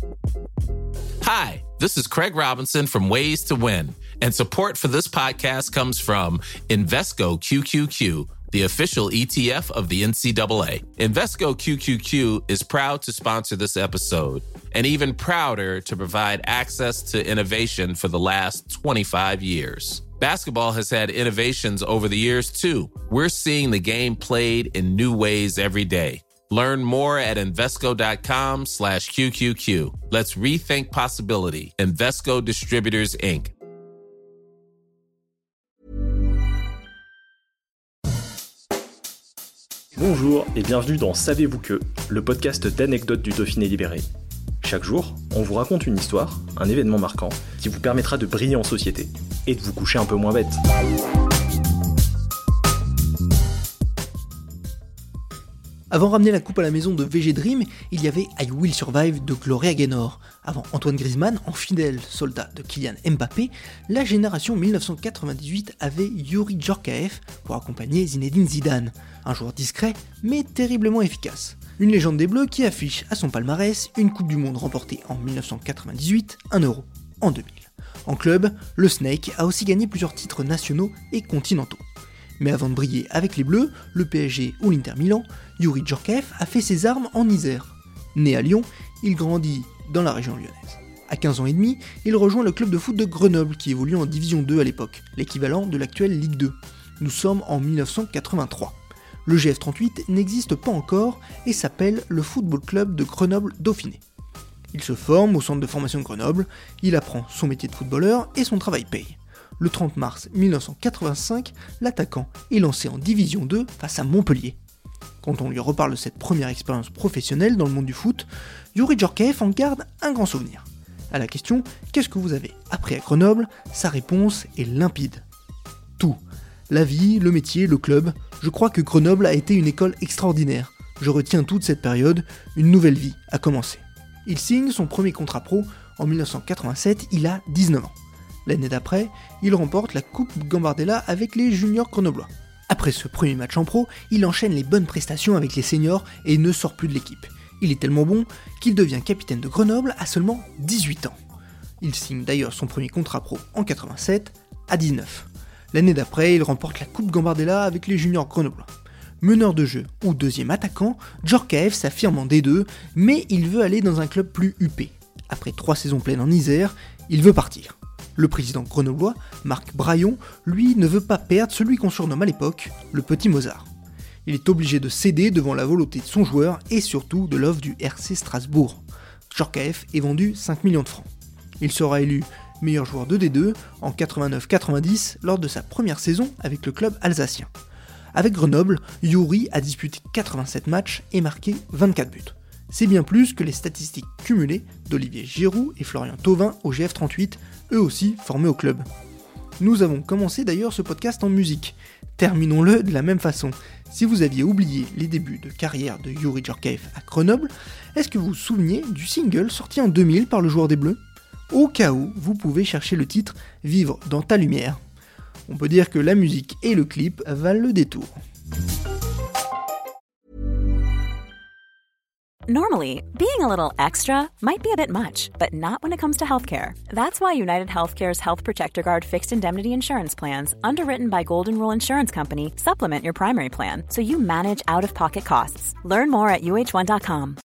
Hi, this is Craig Robinson from Ways to Win, and support for this podcast comes from Invesco QQQ, the official ETF of the NCAA. Invesco QQQ is proud to sponsor this episode, and even prouder to provide access to innovation for the last 25 years. Basketball has had innovations over the years, too. We're seeing the game played in new ways every day. Learn more at Invesco.com/QQQ. Let's rethink possibility. Invesco Distributors, Inc. Bonjour et bienvenue dans Savez-vous que, le podcast d'anecdotes du Dauphiné libéré. Chaque jour, on vous raconte une histoire, un événement marquant, qui vous permettra de briller en société et de vous coucher un peu moins bête. Avant de ramener la coupe à la maison de VG Dream, il y avait I Will Survive de Gloria Gaynor. Avant Antoine Griezmann, en fidèle soldat de Kylian Mbappé, la génération 1998 avait Youri Djorkaeff pour accompagner Zinedine Zidane. Un joueur discret, mais terriblement efficace. Une légende des Bleus qui affiche à son palmarès une Coupe du Monde remportée en 1998, un Euro en 2000. En club, le Snake a aussi gagné plusieurs titres nationaux et continentaux. Mais avant de briller avec les Bleus, le PSG ou l'Inter Milan, Youri Djorkaeff a fait ses armes en Isère. Né à Lyon, il grandit dans la région lyonnaise. À 15 ans et demi, il rejoint le club de foot de Grenoble qui évolue en Division 2 à l'époque, l'équivalent de l'actuelle Ligue 2. Nous sommes en 1983. Le GF38 n'existe pas encore et s'appelle le Football Club de Grenoble Dauphiné. Il se forme au centre de formation de Grenoble, il apprend son métier de footballeur et son travail paye. Le 30 mars 1985, l'attaquant est lancé en Division 2 face à Montpellier. Quand on lui reparle de cette première expérience professionnelle dans le monde du foot, Youri Djorkaeff en garde un grand souvenir. À la question « Qu'est-ce que vous avez appris à Grenoble ?», sa réponse est limpide. Tout. La vie, le métier, le club. Je crois que Grenoble a été une école extraordinaire. Je retiens toute cette période, une nouvelle vie a commencé. Il signe son premier contrat pro en 1987, il a 19 ans. L'année d'après, il remporte la Coupe Gambardella avec les juniors grenoblois. Après ce premier match en pro, il enchaîne les bonnes prestations avec les seniors et ne sort plus de l'équipe. Il est tellement bon qu'il devient capitaine de Grenoble à seulement 18 ans. Il signe d'ailleurs son premier contrat pro en 87 à 19. L'année d'après, il remporte la Coupe Gambardella avec les juniors grenoblois. Meneur de jeu ou deuxième attaquant, Djorkaeff s'affirme en D2, mais il veut aller dans un club plus huppé. Après 3 saisons pleines en Isère, il veut partir. Le président grenoblois, Marc Braillon, lui, ne veut pas perdre celui qu'on surnomme à l'époque le Petit Mozart. Il est obligé de céder devant la volonté de son joueur et surtout de l'offre du RC Strasbourg. Djorkaeff est vendu 5 millions de francs. Il sera élu meilleur joueur de D2 en 89-90 lors de sa première saison avec le club alsacien. Avec Grenoble, Youri a disputé 87 matchs et marqué 24 buts. C'est bien plus que les statistiques cumulées d'Olivier Giroud et Florian Thauvin au GF38, eux aussi formés au club. Nous avons commencé d'ailleurs ce podcast en musique. Terminons-le de la même façon. Si vous aviez oublié les débuts de carrière de Youri Djorkaeff à Grenoble, est-ce que vous vous souveniez du single sorti en 2000 par le joueur des Bleus ? Au cas où, vous pouvez chercher le titre « Vivre dans ta lumière ». On peut dire que la musique et le clip valent le détour. Normally, being a little extra might be a bit much, but not when it comes to healthcare. That's why United Healthcare's Health Protector Guard fixed indemnity insurance plans, underwritten by Golden Rule Insurance Company, supplement your primary plan so you manage out-of-pocket costs. Learn more at uh1.com.